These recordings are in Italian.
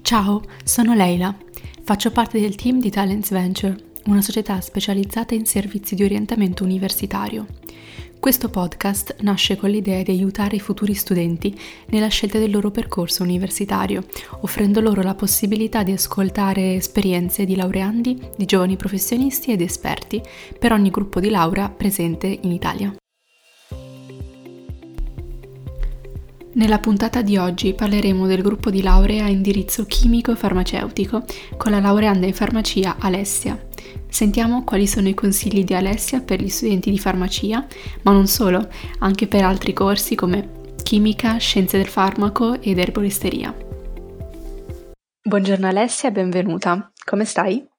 Ciao, sono Leila. Faccio parte del team di Talents Venture, una società specializzata in servizi di orientamento universitario. Questo podcast nasce con l'idea di aiutare i futuri studenti nella scelta del loro percorso universitario, offrendo loro la possibilità di ascoltare esperienze di laureandi, di giovani professionisti ed esperti per ogni gruppo di laurea presente in Italia. Nella puntata di oggi parleremo del gruppo di laurea a indirizzo chimico e farmaceutico con la laureanda in farmacia Alessia. Sentiamo quali sono i consigli di Alessia per gli studenti di farmacia, ma non solo, anche per altri corsi come chimica, scienze del farmaco ed erboristeria. Buongiorno Alessia, benvenuta. Come stai?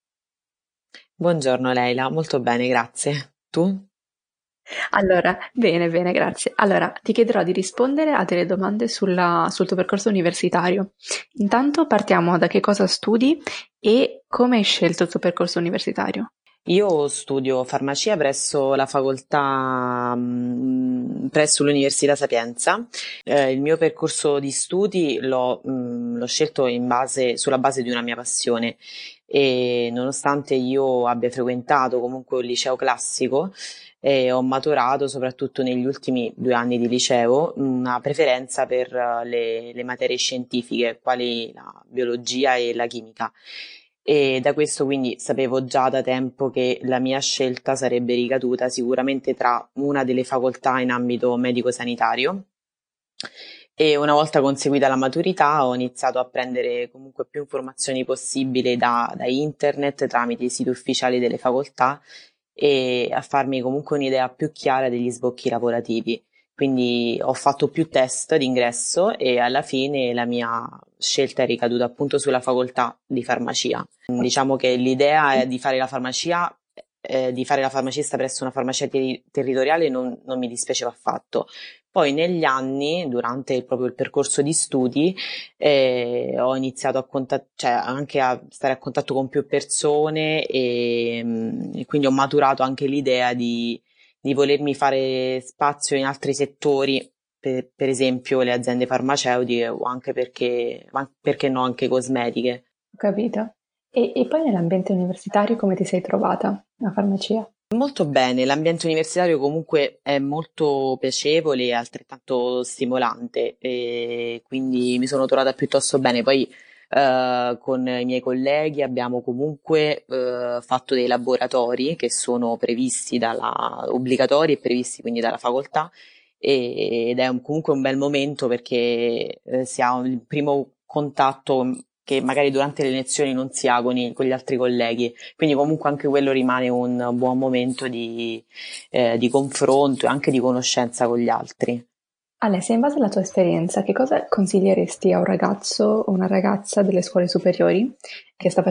Buongiorno Leila, molto bene, grazie. Tu? Allora, bene, grazie. Allora, ti chiederò di rispondere a delle domande sul tuo percorso universitario. Intanto partiamo da che cosa studi e come hai scelto il tuo percorso universitario. Io studio farmacia presso la facoltà, presso l'Università Sapienza. Il mio percorso di studi l'ho scelto sulla base di una mia passione e nonostante io abbia frequentato comunque un liceo classico e ho maturato soprattutto negli ultimi 2 anni di liceo una preferenza per le materie scientifiche, quali la biologia e la chimica. E da questo quindi sapevo già da tempo che la mia scelta sarebbe ricaduta sicuramente tra una delle facoltà in ambito medico-sanitario e una volta conseguita la maturità ho iniziato a prendere comunque più informazioni possibili da internet tramite i siti ufficiali delle facoltà e a farmi comunque un'idea più chiara degli sbocchi lavorativi. Quindi ho fatto più test d'ingresso e alla fine la mia scelta è ricaduta appunto sulla facoltà di farmacia. Diciamo che l'idea è di fare la farmacia, di fare la farmacista presso una farmacia territoriale non mi dispiaceva affatto. Poi negli anni, durante proprio il percorso di studi, ho iniziato cioè anche a stare a contatto con più persone e quindi ho maturato anche l'idea di volermi fare spazio in altri settori, per esempio le aziende farmaceutiche o anche perché no, anche cosmetiche. Ho capito. E poi nell'ambiente universitario come ti sei trovata a farmacia? Molto bene, l'ambiente universitario comunque è molto piacevole e altrettanto stimolante e quindi mi sono trovata piuttosto bene. Poi con i miei colleghi abbiamo comunque fatto dei laboratori che sono obbligatori e previsti quindi dalla facoltà ed è comunque un bel momento perché si ha il primo contatto che magari durante le lezioni non si ha con gli altri colleghi, quindi comunque anche quello rimane un buon momento di confronto e anche di conoscenza con gli altri. Alessia, in base alla tua esperienza, che cosa consiglieresti a un ragazzo o una ragazza delle scuole superiori che sta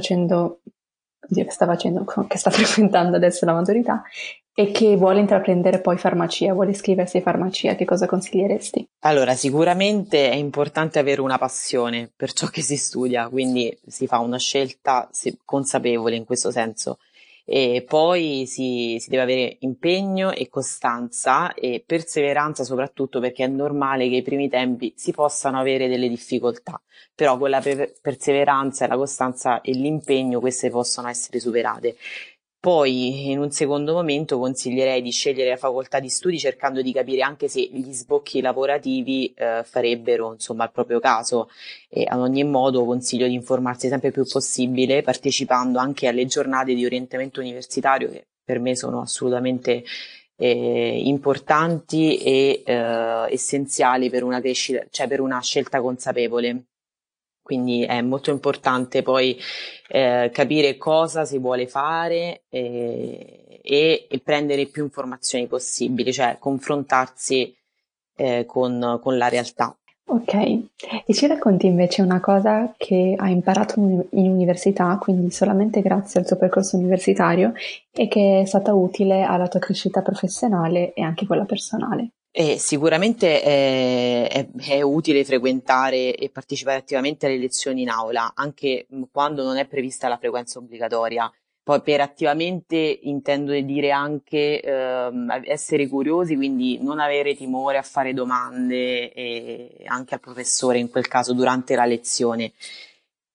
frequentando adesso la maturità e che vuole intraprendere poi farmacia, vuole iscriversi a farmacia, che cosa consiglieresti? Allora, sicuramente è importante avere una passione per ciò che si studia, quindi si fa una scelta consapevole in questo senso. E poi si deve avere impegno e costanza e perseveranza soprattutto perché è normale che ai primi tempi si possano avere delle difficoltà, però con la perseveranza e la costanza e l'impegno queste possono essere superate. Poi, in un secondo momento, consiglierei di scegliere la facoltà di studi cercando di capire anche se gli sbocchi lavorativi farebbero, insomma, il proprio caso e ad ogni modo consiglio di informarsi sempre più possibile partecipando anche alle giornate di orientamento universitario che per me sono assolutamente importanti e essenziali per una crescita, cioè per una scelta consapevole. Quindi è molto importante poi capire cosa si vuole fare e prendere più informazioni possibili, cioè confrontarsi con la realtà. Ok, e ci racconti invece una cosa che hai imparato in università, quindi solamente grazie al tuo percorso universitario e che è stata utile alla tua crescita professionale e anche quella personale. Sicuramente è utile frequentare e partecipare attivamente alle lezioni in aula, anche quando non è prevista la frequenza obbligatoria. Poi per attivamente intendo dire anche essere curiosi, quindi non avere timore a fare domande anche al professore in quel caso durante la lezione.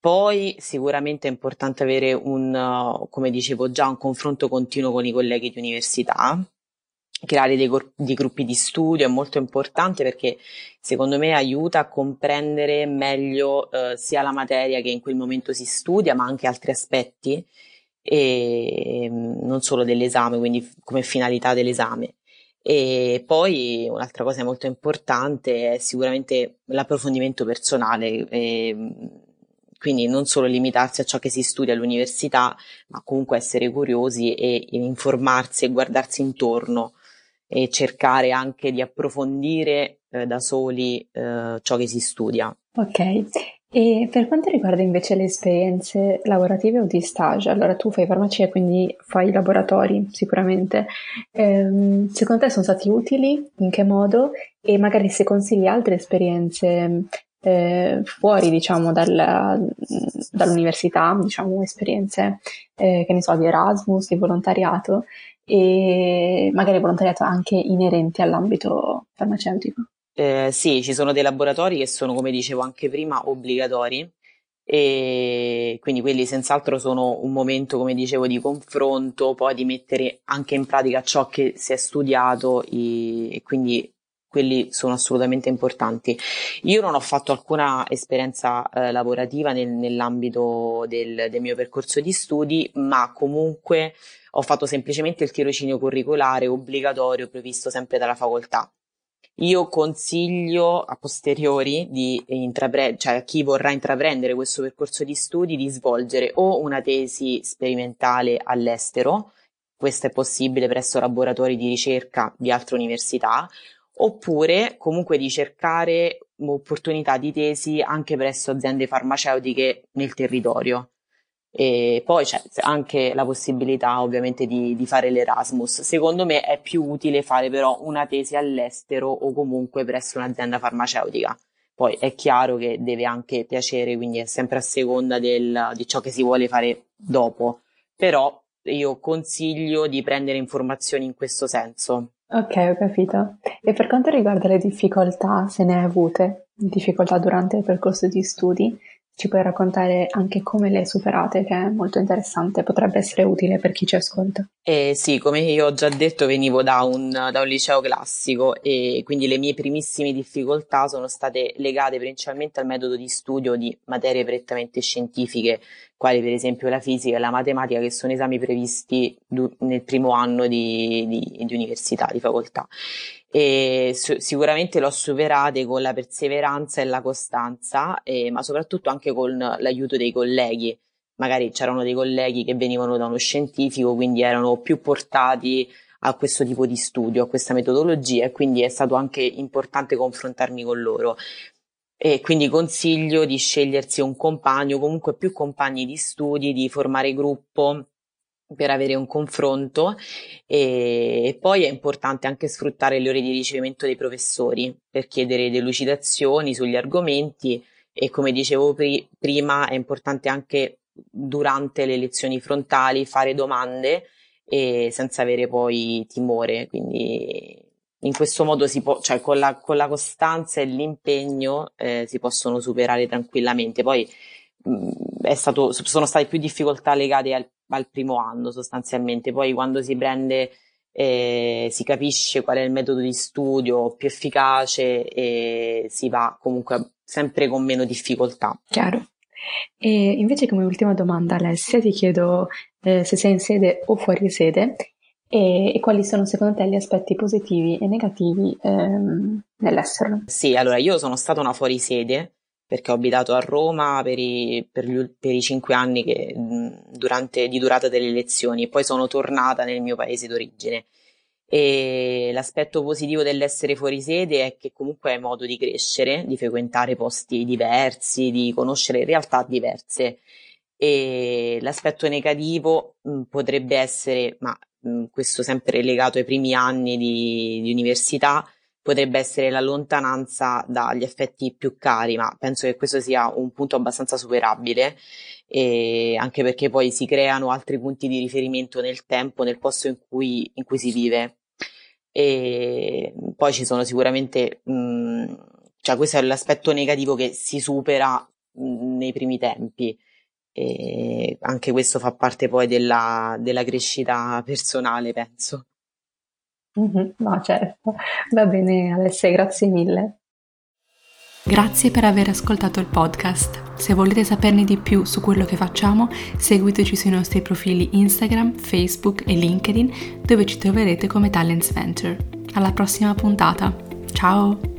Poi sicuramente è importante avere come dicevo già, un confronto continuo con i colleghi di università. Creare dei gruppi di studio è molto importante perché secondo me aiuta a comprendere meglio sia la materia che in quel momento si studia, ma anche altri aspetti, e non solo dell'esame, quindi come finalità dell'esame. E poi un'altra cosa molto importante è sicuramente l'approfondimento personale, quindi non solo limitarsi a ciò che si studia all'università, ma comunque essere curiosi e informarsi e guardarsi intorno e cercare anche di approfondire da soli ciò che si studia. Ok, e per quanto riguarda invece le esperienze lavorative o di stage, allora tu fai farmacia, quindi fai laboratori sicuramente. Secondo te sono stati utili? In che modo? E magari se consigli altre esperienze fuori, diciamo, dall'università, diciamo, esperienze, che ne so, di Erasmus, di volontariato, e magari volontariato anche inerenti all'ambito farmaceutico. Sì, ci sono dei laboratori che sono, come dicevo anche prima, obbligatori e quindi quelli senz'altro sono un momento, come dicevo, di confronto, poi di mettere anche in pratica ciò che si è studiato e quindi quelli sono assolutamente importanti. Io non ho fatto alcuna esperienza lavorativa nell'ambito del mio percorso di studi, ma comunque ho fatto semplicemente il tirocinio curricolare obbligatorio previsto sempre dalla facoltà. Io consiglio a posteriori cioè a chi vorrà intraprendere questo percorso di studi di svolgere o una tesi sperimentale all'estero, questo è possibile presso laboratori di ricerca di altre università, oppure comunque di cercare opportunità di tesi anche presso aziende farmaceutiche nel territorio. E poi c'è anche la possibilità ovviamente di fare l'Erasmus. Secondo me è più utile fare però una tesi all'estero o comunque presso un'azienda farmaceutica. Poi è chiaro che deve anche piacere, quindi è sempre a seconda di ciò che si vuole fare dopo. Però io consiglio di prendere informazioni in questo senso. Ok, ho capito. E per quanto riguarda le difficoltà, se ne hai avute, difficoltà durante il percorso di studi, ci puoi raccontare anche come le hai superate, che è molto interessante, potrebbe essere utile per chi ci ascolta. Sì, come io ho già detto, venivo da un liceo classico e quindi le mie primissime difficoltà sono state legate principalmente al metodo di studio di materie prettamente scientifiche, quali per esempio la fisica e la matematica, che sono esami previsti nel primo anno di università, di facoltà. E sicuramente l'ho superate con la perseveranza e la costanza, ma soprattutto anche con l'aiuto dei colleghi. Magari c'erano dei colleghi che venivano da uno scientifico, quindi erano più portati a questo tipo di studio, a questa metodologia, e quindi è stato anche importante confrontarmi con loro. E quindi consiglio di scegliersi un compagno, comunque più compagni di studi, di formare gruppo per avere un confronto e poi è importante anche sfruttare le ore di ricevimento dei professori per chiedere delucidazioni sugli argomenti e come dicevo prima è importante anche durante le lezioni frontali fare domande e senza avere poi timore, quindi in questo modo si può, cioè con la costanza e l'impegno si possono superare tranquillamente. Poi sono state più difficoltà legate al primo anno sostanzialmente, poi quando si prende si capisce qual è il metodo di studio più efficace e si va comunque sempre con meno difficoltà. Chiaro. E invece come ultima domanda, Alessia, ti chiedo se sei in sede o fuori sede e quali sono secondo te gli aspetti positivi e negativi nell'esserlo. Sì, allora io sono stata una fuorisede perché ho abitato a Roma per i 5 anni di durata delle lezioni e poi sono tornata nel mio paese d'origine. E l'aspetto positivo dell'essere fuori sede è che comunque hai modo di crescere, di frequentare posti diversi, di conoscere realtà diverse. E l'aspetto negativo potrebbe essere, ma questo sempre legato ai primi anni di università, potrebbe essere la lontananza dagli affetti più cari, ma penso che questo sia un punto abbastanza superabile, e anche perché poi si creano altri punti di riferimento nel tempo, nel posto in cui si vive. E poi ci sono sicuramente, cioè questo è l'aspetto negativo che si supera nei primi tempi. E anche questo fa parte poi della crescita personale, penso. No, certo. Va bene, Alessia, grazie mille. Grazie per aver ascoltato il podcast. Se volete saperne di più su quello che facciamo, seguiteci sui nostri profili Instagram, Facebook e LinkedIn, dove ci troverete come Talents Venture. Alla prossima puntata. Ciao!